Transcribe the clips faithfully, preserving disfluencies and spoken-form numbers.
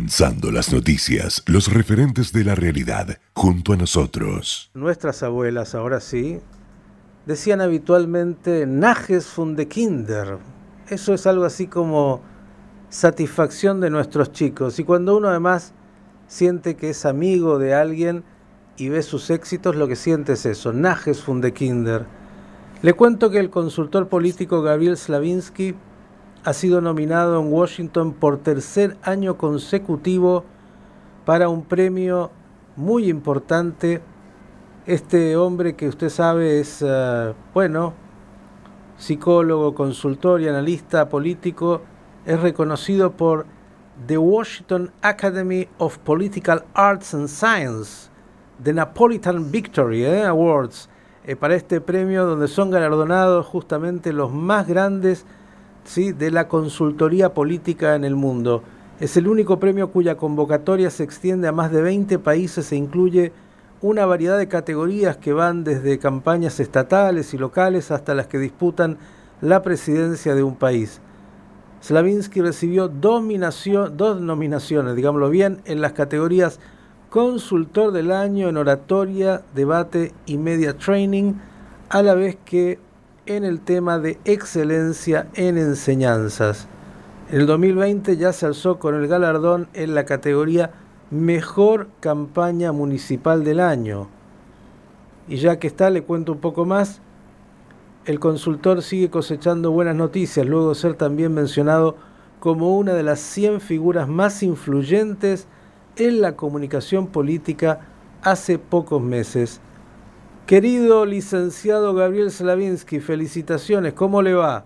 Condensando las noticias, los referentes de la realidad, junto a nosotros. Nuestras abuelas, ahora sí, decían habitualmente Nages von de Kinder. Eso es algo así como satisfacción de nuestros chicos. Y cuando uno además siente que es amigo de alguien y ve sus éxitos, lo que siente es eso, Nages von de Kinder. Le cuento que el consultor político Gabriel Slavinsky ha sido nominado en Washington por tercer año consecutivo para un premio muy importante. Este hombre que usted sabe es, uh, bueno, psicólogo, consultor y analista político, es reconocido por The Washington Academy of Political Arts and Science, The Napolitan Victory eh, Awards, eh, para este premio donde son galardonados justamente los más grandes, ¿sí?, de la consultoría política en el mundo. Es el único premio cuya convocatoria se extiende a más de veinte países e incluye una variedad de categorías que van desde campañas estatales y locales hasta las que disputan la presidencia de un país. Slavinsky recibió dos, nominación, dos nominaciones, digámoslo bien, en las categorías Consultor del Año en Oratoria, Debate y Media Training, a la vez que en el tema de Excelencia en Enseñanzas. En el dos mil veinte ya se alzó con el galardón en la categoría Mejor Campaña Municipal del Año. Y ya que está, le cuento un poco más. El consultor sigue cosechando buenas noticias, luego de ser también mencionado como una de las cien figuras más influyentes en la comunicación política hace pocos meses. Querido licenciado Gabriel Slavinsky, felicitaciones, ¿cómo le va?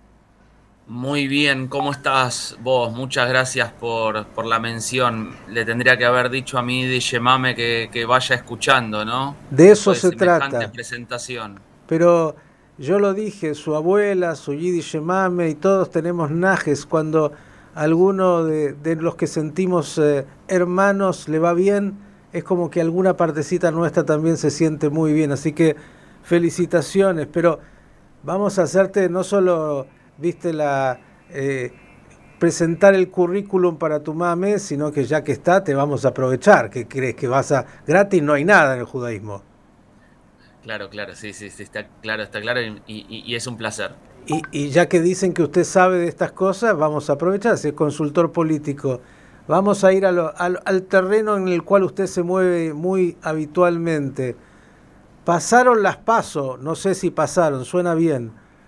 Muy bien, ¿cómo estás vos? Muchas gracias por, por la mención. Le tendría que haber dicho a mi Yemame que, que vaya escuchando, ¿no? De eso se trata. Presentación. Pero yo lo dije, su abuela, su Yiddish Yemame y todos tenemos najes. Cuando a alguno de, de los que sentimos eh, hermanos le va bien, es como que alguna partecita nuestra también se siente muy bien. Así que felicitaciones, pero vamos a hacerte no solo, viste, la eh, presentar el currículum para tu mame, sino que ya que está, te vamos a aprovechar. ¿Qué crees? Que vas a... Gratis no hay nada en el judaísmo. Claro, claro, sí, sí, sí, está claro, está claro y, y, y es un placer. Y, y ya que dicen que usted sabe de estas cosas, vamos a aprovechar, si es consultor político. Vamos a ir a lo, al, al terreno en el cual usted se mueve muy habitualmente. Pasaron las PASO, no sé si pasaron, suena bien.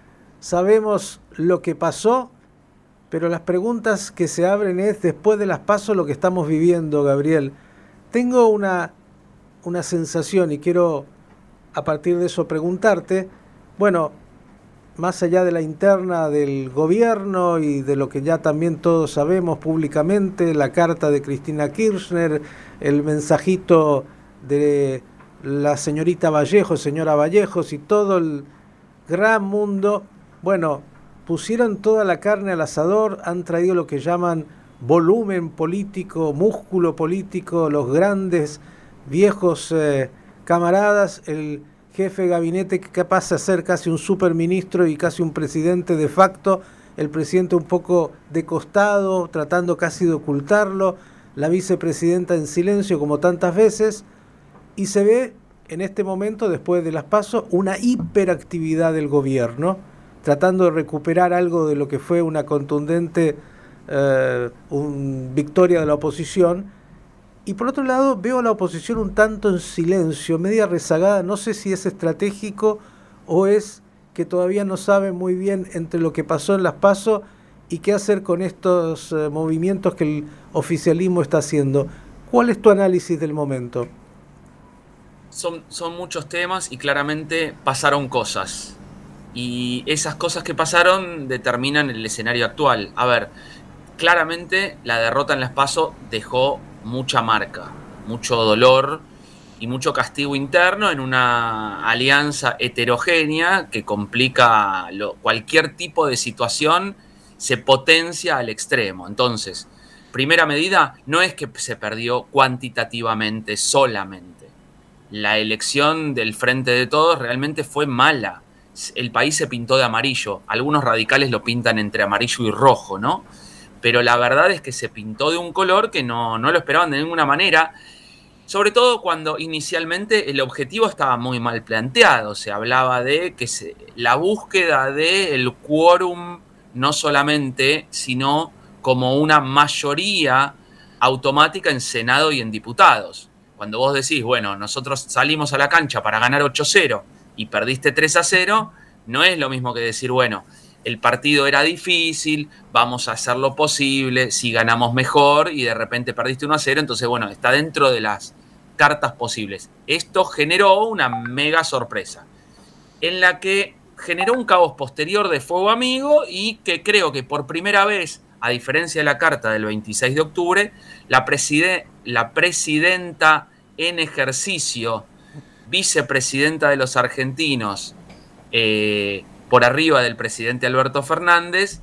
Sabemos lo que pasó, pero las preguntas que se abren es, después de las PASO, lo que estamos viviendo, Gabriel. Tengo una, una sensación y quiero a partir de eso preguntarte, bueno, más allá de la interna del gobierno y de lo que ya también todos sabemos públicamente, la carta de Cristina Kirchner, el mensajito de la señorita Vallejos, señora Vallejos y todo el gran mundo, bueno, pusieron toda la carne al asador, han traído lo que llaman volumen político, músculo político, los grandes viejos eh, camaradas, el jefe de gabinete que pasa a ser casi un superministro y casi un presidente de facto, el presidente un poco de costado, tratando casi de ocultarlo, la vicepresidenta en silencio como tantas veces, y se ve en este momento, después de las PASO, una hiperactividad del gobierno, tratando de recuperar algo de lo que fue una contundente eh, un victoria de la oposición. Y por otro lado, veo a la oposición un tanto en silencio, media rezagada. No sé si es estratégico o es que todavía no sabe muy bien entre lo que pasó en las PASO y qué hacer con estos eh, movimientos que el oficialismo está haciendo. ¿Cuál es tu análisis del momento? Son, son muchos temas y claramente pasaron cosas. Y esas cosas que pasaron determinan el escenario actual. A ver, claramente la derrota en las PASO dejó mucha marca, mucho dolor y mucho castigo interno en una alianza heterogénea que complica lo, cualquier tipo de situación, se potencia al extremo. Entonces, primera medida, no es que se perdió cuantitativamente solamente. La elección del Frente de Todos realmente fue mala. El país se pintó de amarillo. Algunos radicales lo pintan entre amarillo y rojo, ¿no? pero la verdad es que se pintó de un color que no, no lo esperaban de ninguna manera, sobre todo cuando inicialmente el objetivo estaba muy mal planteado. Se hablaba de que se, la búsqueda del quórum no solamente, sino como una mayoría automática en Senado y en diputados. Cuando vos decís, bueno, nosotros salimos a la cancha para ganar ocho cero y perdiste tres a cero, no es lo mismo que decir, bueno, el partido era difícil, vamos a hacer lo posible, si ganamos mejor y de repente perdiste uno a cero, entonces bueno, está dentro de las cartas posibles. Esto generó una mega sorpresa, en la que generó un caos posterior de fuego amigo y que creo que por primera vez, a diferencia de la carta del veintiséis de octubre, la, preside- la presidenta en ejercicio, vicepresidenta de los argentinos, eh, por arriba del presidente Alberto Fernández,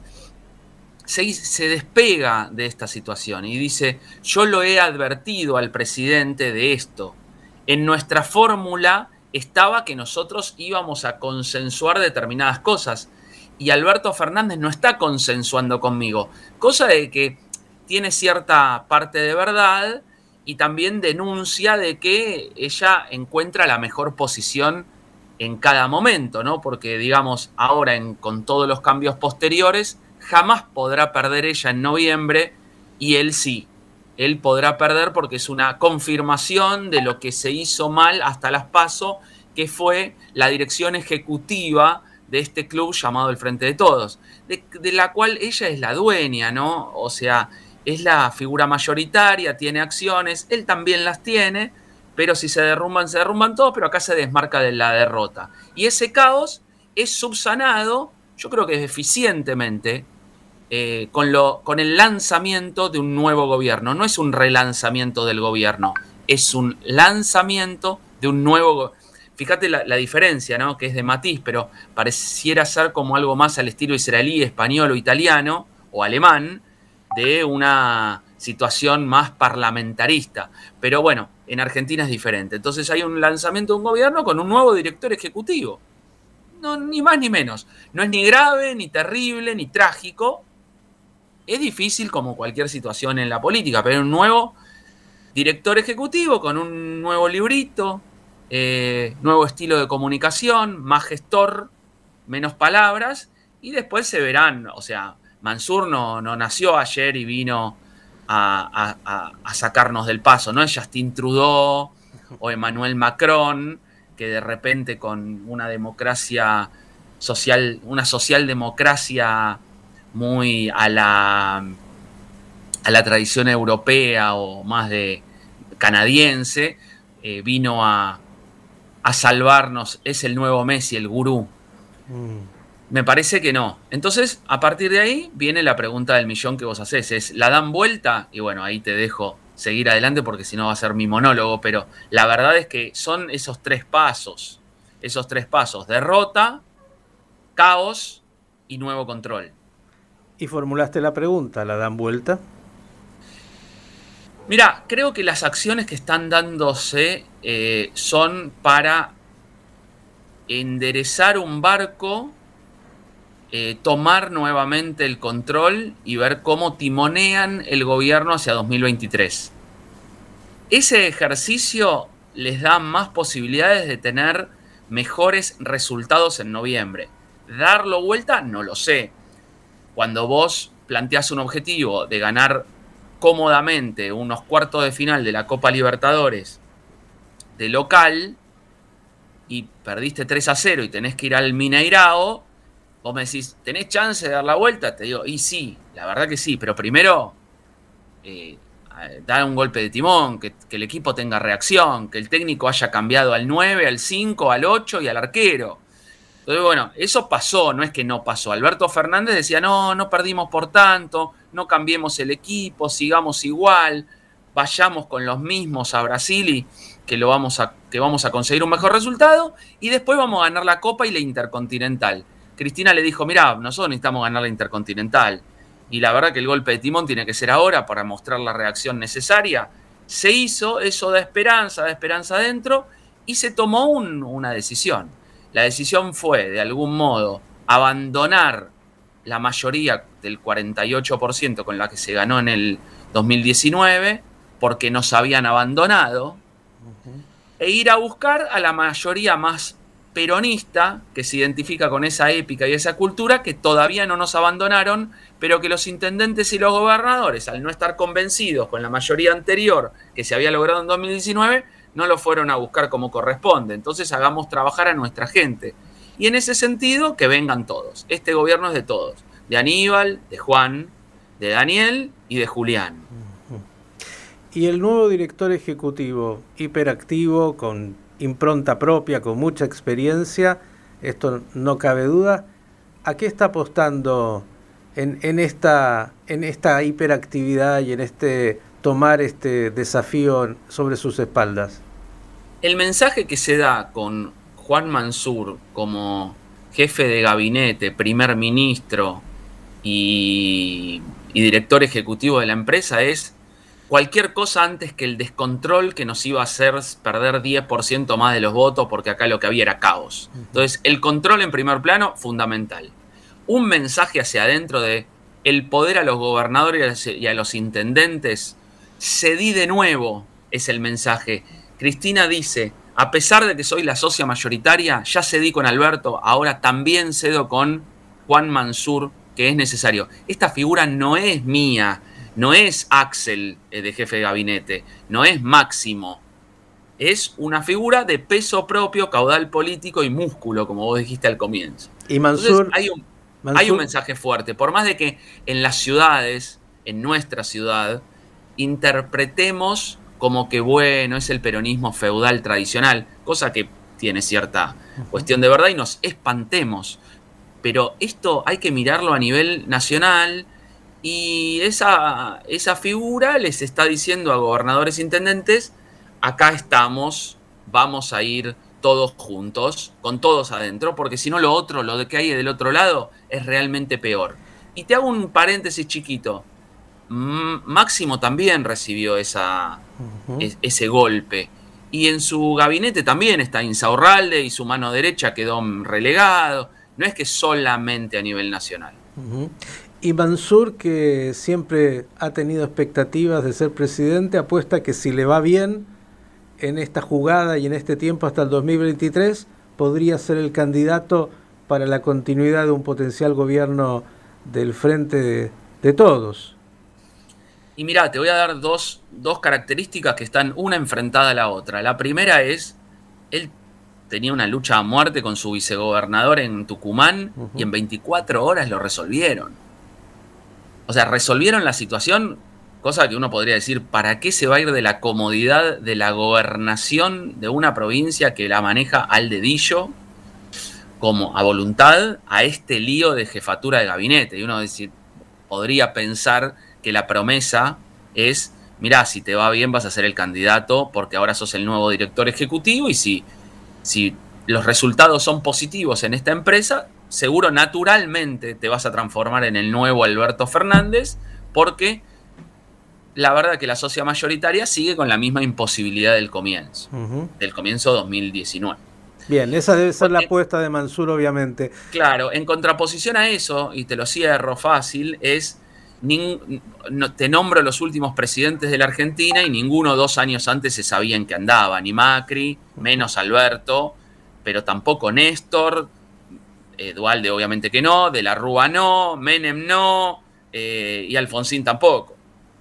se, se despega de esta situación y dice, yo lo he advertido al presidente de esto. En nuestra fórmula estaba que nosotros íbamos a consensuar determinadas cosas y Alberto Fernández no está consensuando conmigo, cosa de que tiene cierta parte de verdad y también denuncia de que ella encuentra la mejor posición en cada momento, ¿no? Porque, digamos, ahora en, con todos los cambios posteriores, jamás podrá perder ella en noviembre y él sí. Él podrá perder porque es una confirmación de lo que se hizo mal hasta las PASO, que fue la dirección ejecutiva de este club llamado el Frente de Todos, de, de la cual ella es la dueña, ¿no? O sea, es la figura mayoritaria, tiene acciones, él también las tiene, pero si se derrumban, se derrumban todos, pero acá se desmarca de la derrota. Y ese caos es subsanado, yo creo que eficientemente, eh, con, lo, con el lanzamiento de un nuevo gobierno. No es un relanzamiento del gobierno, es un lanzamiento de un nuevo gobierno. Fíjate la, la diferencia, ¿no? Que es de matiz, pero pareciera ser como algo más al estilo israelí, español o italiano o alemán, de una situación más parlamentarista. Pero bueno, en Argentina es diferente. Entonces hay un lanzamiento de un gobierno con un nuevo director ejecutivo. No, ni más ni menos. No es ni grave, ni terrible, ni trágico. Es difícil como cualquier situación en la política, pero un nuevo director ejecutivo con un nuevo librito, eh, nuevo estilo de comunicación, más gestor, menos palabras, y después se verán. O sea, Mansur no, no nació ayer y vino a, a, a sacarnos del paso, no es Justin Trudeau o Emmanuel Macron, que de repente con una democracia social, una socialdemocracia muy a la, a la tradición europea o más de canadiense, eh, vino a, a salvarnos, es el nuevo Messi, el gurú. Mm. Me parece que no. Entonces, a partir de ahí, viene la pregunta del millón que vos hacés. ¿Es la dan vuelta? Y bueno, ahí te dejo seguir adelante porque si no va a ser mi monólogo. Pero la verdad es que son esos tres pasos. Esos tres pasos. Derrota, caos y nuevo control. Y formulaste la pregunta, ¿la dan vuelta? Mirá, creo que las acciones que están dándose eh, son para enderezar un barco, Eh, tomar nuevamente el control y ver cómo timonean el gobierno hacia dos mil veintitrés. Ese ejercicio les da más posibilidades de tener mejores resultados en noviembre. ¿Darlo vuelta? No lo sé. Cuando vos planteás un objetivo de ganar cómodamente unos cuartos de final de la Copa Libertadores de local y perdiste tres a cero y tenés que ir al Mineirao, vos me decís, ¿tenés chance de dar la vuelta? Te digo, y sí, la verdad que sí, pero primero eh, dar un golpe de timón, que, que el equipo tenga reacción, que el técnico haya cambiado al nueve, al cinco, al ocho y al arquero. Entonces, bueno, eso pasó, no es que no pasó. Alberto Fernández decía, no, no perdimos por tanto, no cambiemos el equipo, sigamos igual, vayamos con los mismos a Brasil y que, lo vamos a, que vamos a conseguir un mejor resultado y después vamos a ganar la Copa y la Intercontinental. Cristina le dijo, mirá, nosotros necesitamos ganar la Intercontinental y la verdad que el golpe de timón tiene que ser ahora para mostrar la reacción necesaria. Se hizo, eso da esperanza, da esperanza adentro y se tomó un, una decisión. La decisión fue, de algún modo, abandonar la mayoría del cuarenta y ocho por ciento con la que se ganó en el dos mil diecinueve, porque nos habían abandonado, uh-huh. e ir a buscar a la mayoría más peronista, que se identifica con esa épica y esa cultura, que todavía no nos abandonaron, pero que los intendentes y los gobernadores, al no estar convencidos con la mayoría anterior que se había logrado en dos mil diecinueve, no lo fueron a buscar como corresponde. Entonces hagamos trabajar a nuestra gente. Y en ese sentido, que vengan todos. Este gobierno es de todos. De Aníbal, de Juan, de Daniel y de Julián. Y el nuevo director ejecutivo, hiperactivo, con impronta propia, con mucha experiencia, esto no cabe duda, ¿a qué está apostando en, en, esta, en esta hiperactividad y en este tomar este desafío sobre sus espaldas? El mensaje que se da con Juan Mansur como jefe de gabinete, primer ministro y, y director ejecutivo de la empresa es: cualquier cosa antes que el descontrol que nos iba a hacer perder diez por ciento más de los votos, porque acá lo que había era caos. Entonces, el control en primer plano, fundamental. Un mensaje hacia adentro de el poder a los gobernadores y a los intendentes. Cedí de nuevo, es el mensaje. Cristina dice: a pesar de que soy la socia mayoritaria, ya cedí con Alberto, ahora también cedo con Juan Mansur, que es necesario. Esta figura no es mía. No es Axel eh, de jefe de gabinete, no es Máximo. Es una figura de peso propio, caudal político y músculo, como vos dijiste al comienzo. Y Mansur, Entonces, hay, un, Mansur, hay un mensaje fuerte. Por más de que en las ciudades, en nuestra ciudad, interpretemos como que, bueno, es el peronismo feudal tradicional, cosa que tiene cierta cuestión de verdad, y nos espantemos. Pero esto hay que mirarlo a nivel nacional. Y esa, esa figura les está diciendo a gobernadores e intendentes: acá estamos, vamos a ir todos juntos, con todos adentro, porque si no lo otro, lo de que hay del otro lado, es realmente peor. Y te hago un paréntesis chiquito. Máximo también recibió esa, uh-huh. es, ese golpe. Y en su gabinete también está Insaurralde y su mano derecha quedó relegado. No es que solamente a nivel nacional. Uh-huh. Y Mansur, que siempre ha tenido expectativas de ser presidente, apuesta que si le va bien en esta jugada y en este tiempo hasta el dos mil veintitrés, podría ser el candidato para la continuidad de un potencial gobierno del Frente de, de Todos. Y mirá, te voy a dar dos, dos características que están una enfrentada a la otra. La primera es, él tenía una lucha a muerte con su vicegobernador en Tucumán, uh-huh. y en veinticuatro horas lo resolvieron. O sea, resolvieron la situación, cosa que uno podría decir: ¿para qué se va a ir de la comodidad de la gobernación de una provincia que la maneja al dedillo, como a voluntad, a este lío de jefatura de gabinete? Y uno decir, podría pensar que la promesa es: mirá, si te va bien vas a ser el candidato porque ahora sos el nuevo director ejecutivo, y si, si los resultados son positivos en esta empresa, seguro naturalmente te vas a transformar en el nuevo Alberto Fernández, porque la verdad que la socia mayoritaria sigue con la misma imposibilidad del comienzo, uh-huh. del comienzo dos mil diecinueve. Bien, esa debe ser porque, la apuesta de Mansur, obviamente. Claro, en contraposición a eso, y te lo cierro fácil, es, nin, no, te nombro los últimos presidentes de la Argentina y ninguno dos años antes se sabía en qué andaba, ni Macri, menos Alberto, pero tampoco Néstor, Eh, Duhalde obviamente que no, De la Rúa no, Menem no, eh, y Alfonsín tampoco.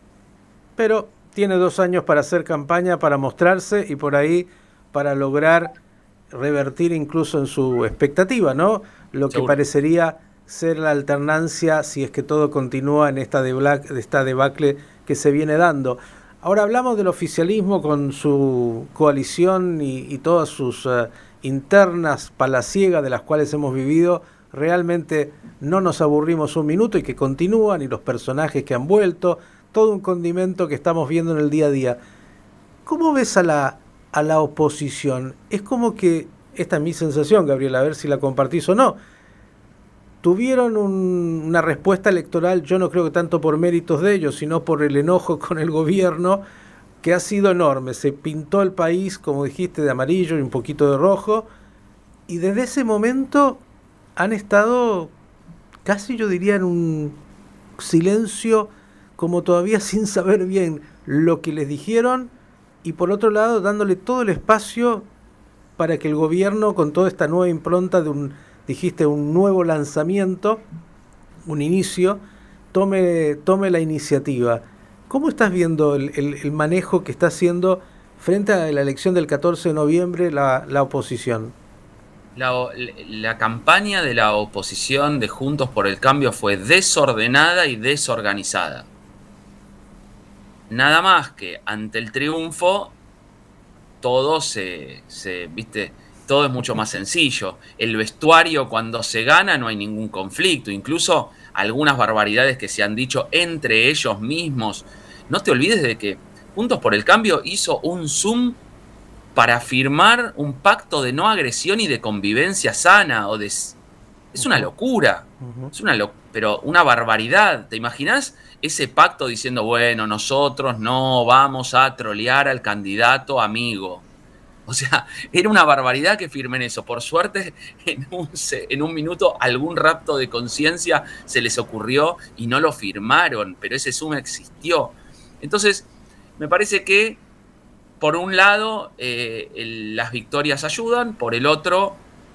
Pero tiene dos años para hacer campaña, para mostrarse y por ahí para lograr revertir incluso en su expectativa, ¿no? Lo que Seguro. parecería ser la alternancia si es que todo continúa en esta, de esta debacle que se viene dando. Ahora hablamos del oficialismo con su coalición y, y todas sus uh, internas palaciegas de las cuales hemos vivido. Realmente no nos aburrimos un minuto y que continúan, y los personajes que han vuelto, todo un condimento que estamos viendo en el día a día. ¿Cómo ves a la, a la oposición? Es como que, esta es mi sensación, Gabriel, a ver si la compartís o no, tuvieron un, una respuesta electoral, yo no creo que tanto por méritos de ellos, sino por el enojo con el gobierno, que ha sido enorme. Se pintó el país, como dijiste, de amarillo y un poquito de rojo, y desde ese momento han estado casi yo diría en un silencio, como todavía sin saber bien lo que les dijeron, y por otro lado dándole todo el espacio para que el gobierno, con toda esta nueva impronta de un, dijiste, un nuevo lanzamiento, un inicio, tome, tome la iniciativa. ¿Cómo estás viendo el, el, el manejo que está haciendo frente a la elección del catorce de noviembre la, la oposición? La, la campaña de la oposición de Juntos por el Cambio fue desordenada y desorganizada. Nada más que ante el triunfo todo se, se, viste, todo es mucho más sencillo. El vestuario, cuando se gana, no hay ningún conflicto. Incluso algunas barbaridades que se han dicho entre ellos mismos. No te olvides de que Juntos por el Cambio hizo un Zoom para firmar un pacto de no agresión y de convivencia sana. O de... Es una locura. Uh-huh. Es una lo... Pero una barbaridad. ¿Te imaginas ese pacto diciendo, bueno, nosotros no vamos a trolear al candidato amigo? O sea, era una barbaridad que firmen eso. Por suerte, en un, en un minuto algún rapto de conciencia se les ocurrió y no lo firmaron, pero ese Zoom existió. Entonces, me parece que, por un lado, eh, el, las victorias ayudan, por el otro,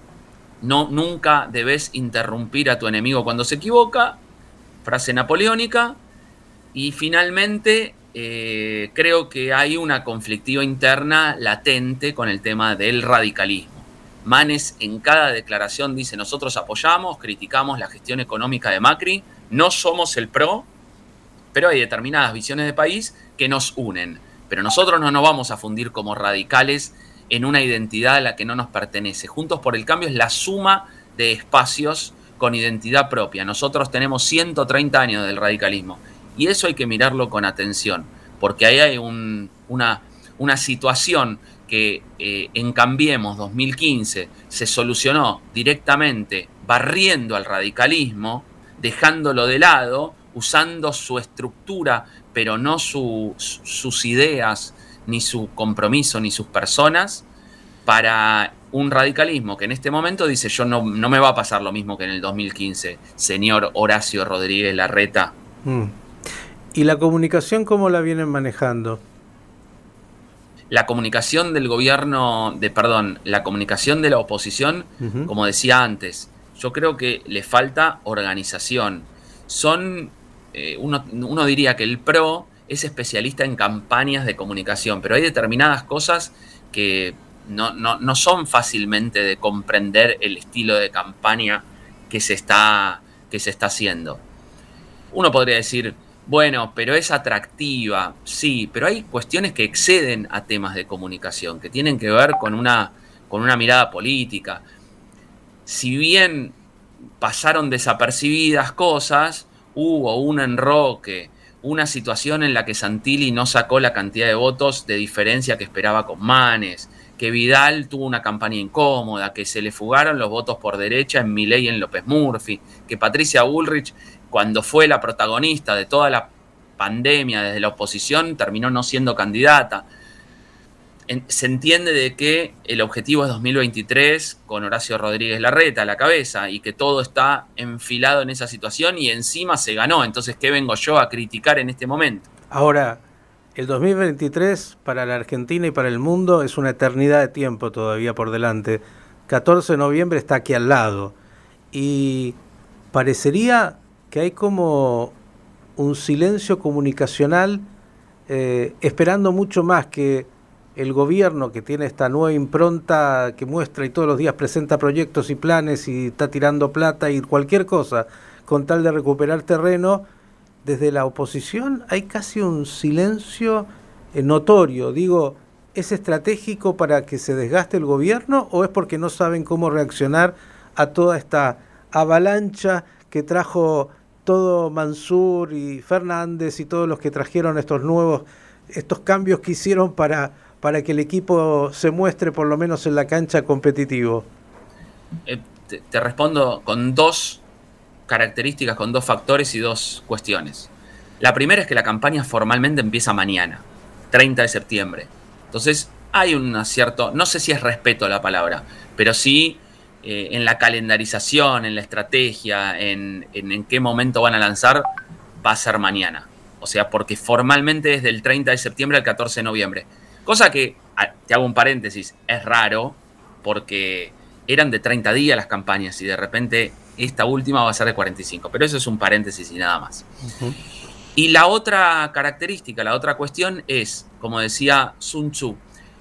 no, nunca debes interrumpir a tu enemigo cuando se equivoca, frase napoleónica, y finalmente eh, creo que hay una conflictiva interna latente con el tema del radicalismo. Manes en cada declaración dice, nosotros apoyamos, criticamos la gestión económica de Macri, no somos el PRO, pero hay determinadas visiones de país que nos unen. Pero nosotros no nos vamos a fundir como radicales en una identidad a la que no nos pertenece. Juntos por el Cambio es la suma de espacios con identidad propia. Nosotros tenemos ciento treinta años del radicalismo y eso hay que mirarlo con atención, porque ahí hay un, una, una situación que eh, en Cambiemos dos mil quince se solucionó directamente barriendo al radicalismo, dejándolo de lado, usando su estructura, pero no su, sus ideas, ni su compromiso, ni sus personas, para un radicalismo que en este momento dice, yo no, no me va a pasar lo mismo que en el dos mil quince, señor Horacio Rodríguez Larreta. Mm. ¿Y la comunicación cómo la vienen manejando? La comunicación del gobierno, de perdón, la comunicación de la oposición, uh-huh. como decía antes, yo creo que le falta organización. Son... Uno, uno diría que el PRO es especialista en campañas de comunicación, pero hay determinadas cosas que no, no, no son fácilmente de comprender el estilo de campaña que se está, que se está haciendo. Uno podría decir, bueno, pero es atractiva, sí, pero hay cuestiones que exceden a temas de comunicación, que tienen que ver con una, con una mirada política. Si bien pasaron desapercibidas cosas, hubo un enroque, una situación en la que Santilli no sacó la cantidad de votos de diferencia que esperaba con Manes, que Vidal tuvo una campaña incómoda, que se le fugaron los votos por derecha en Milei y en López Murphy, que Patricia Bullrich, cuando fue la protagonista de toda la pandemia desde la oposición, terminó no siendo candidata. Se entiende de que el objetivo es dos mil veintitrés con Horacio Rodríguez Larreta a la cabeza y que todo está enfilado en esa situación y encima se ganó. Entonces, ¿qué vengo yo a criticar en este momento? Ahora, el dos mil veintitrés para la Argentina y para el mundo es una eternidad de tiempo todavía por delante. catorce de noviembre está aquí al lado y parecería que hay como un silencio comunicacional eh, esperando mucho más que el gobierno, que tiene esta nueva impronta que muestra y todos los días presenta proyectos y planes y está tirando plata y cualquier cosa con tal de recuperar terreno. Desde la oposición hay casi un silencio notorio. Digo, ¿es estratégico para que se desgaste el gobierno o es porque no saben cómo reaccionar a toda esta avalancha que trajo todo Mansur y Fernández y todos los que trajeron estos nuevos, estos cambios que hicieron para... para que el equipo se muestre por lo menos en la cancha competitivo? Eh, te, te respondo con dos características, con dos factores y dos cuestiones. La primera es que la campaña formalmente empieza mañana, treinta de septiembre. Entonces hay un cierto, no sé si es respeto a la palabra, pero sí eh, en la calendarización, en la estrategia, en, en, en qué momento van a lanzar, va a ser mañana. O sea, porque formalmente es del treinta de septiembre al catorce de noviembre. Cosa que, te hago un paréntesis, es raro porque eran de treinta días las campañas y de repente esta última va a ser de cuarenta y cinco. Pero eso es un paréntesis y nada más. Uh-huh. Y la otra característica, la otra cuestión es, como decía Sun Tzu,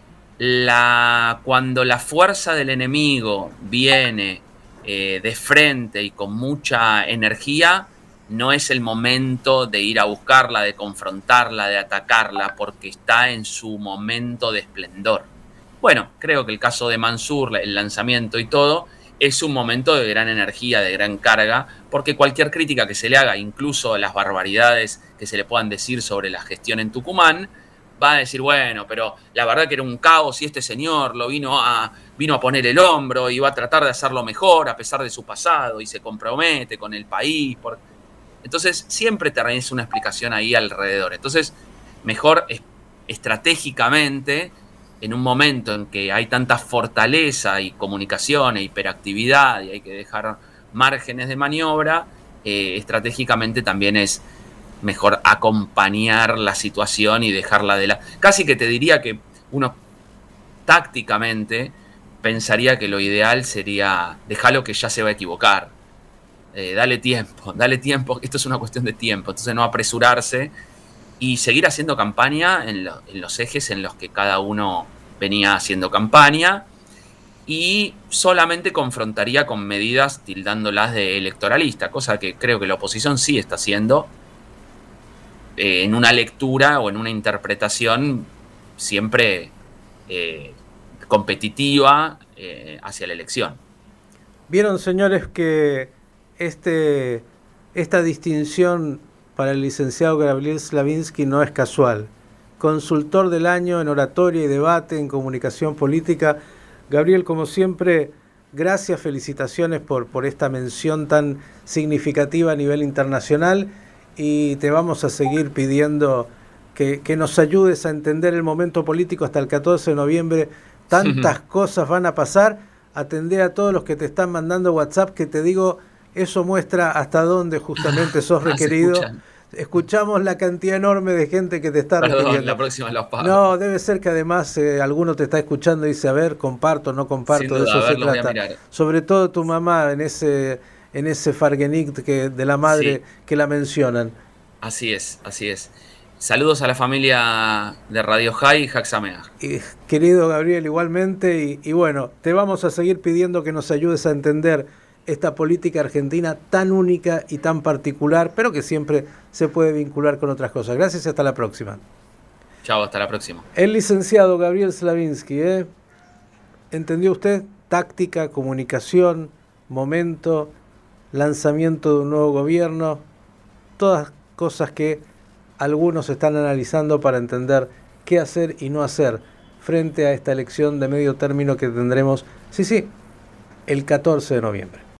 la, cuando la fuerza del enemigo viene eh, de frente y con mucha energía, no es el momento de ir a buscarla, de confrontarla, de atacarla, porque está en su momento de esplendor. Bueno, creo que el caso de Mansur, el lanzamiento y todo, es un momento de gran energía, de gran carga, porque cualquier crítica que se le haga, incluso las barbaridades que se le puedan decir sobre la gestión en Tucumán, va a decir, bueno, pero la verdad que era un caos y este señor lo vino a, vino a poner el hombro y va a tratar de hacerlo mejor a pesar de su pasado y se compromete con el país. Por... Entonces, siempre tenés una explicación ahí alrededor. Entonces, mejor es, estratégicamente, en un momento en que hay tanta fortaleza y comunicación e hiperactividad y hay que dejar márgenes de maniobra, eh, estratégicamente también es mejor acompañar la situación y dejarla de la... Casi que te diría que uno tácticamente pensaría que lo ideal sería dejarlo que ya se va a equivocar. Eh, dale tiempo, dale tiempo, esto es una cuestión de tiempo, entonces no apresurarse y seguir haciendo campaña en, lo, en los ejes en los que cada uno venía haciendo campaña y solamente confrontaría con medidas tildándolas de electoralista, cosa que creo que la oposición sí está haciendo eh, en una lectura o en una interpretación siempre eh, competitiva eh, hacia la elección. Vieron, señores, que este, esta distinción para el licenciado Gabriel Slavinsky no es casual. Consultor del año en oratoria y debate, en comunicación política. Gabriel, como siempre, gracias, felicitaciones por, por esta mención tan significativa a nivel internacional y te vamos a seguir pidiendo que, que nos ayudes a entender el momento político hasta el catorce de noviembre. Tantas cosas van a pasar. Atendé a todos los que te están mandando WhatsApp, que te digo, eso muestra hasta dónde justamente sos requerido. Escuchamos la cantidad enorme de gente que te está Perdón, requiriendo. La próxima los pago. No, debe ser que además eh, alguno te está escuchando y dice, a ver, comparto, no comparto, Sin duda, de eso a ver, se los voy a trata. mirar. Sobre todo tu mamá en ese en ese Fargenict que de la madre Sí. que la mencionan. Así es, así es. Saludos a la familia de Radio High y Jaxamea. Y, querido Gabriel, igualmente, y, y bueno, te vamos a seguir pidiendo que nos ayudes a entender esta política argentina tan única y tan particular, pero que siempre se puede vincular con otras cosas. Gracias y hasta la próxima. Chao, hasta la próxima. El licenciado Gabriel Slavinsky, ¿eh? ¿Entendió usted? Táctica, comunicación, momento, lanzamiento de un nuevo gobierno, todas cosas que algunos están analizando para entender qué hacer y no hacer frente a esta elección de medio término que tendremos, sí, sí, el catorce de noviembre.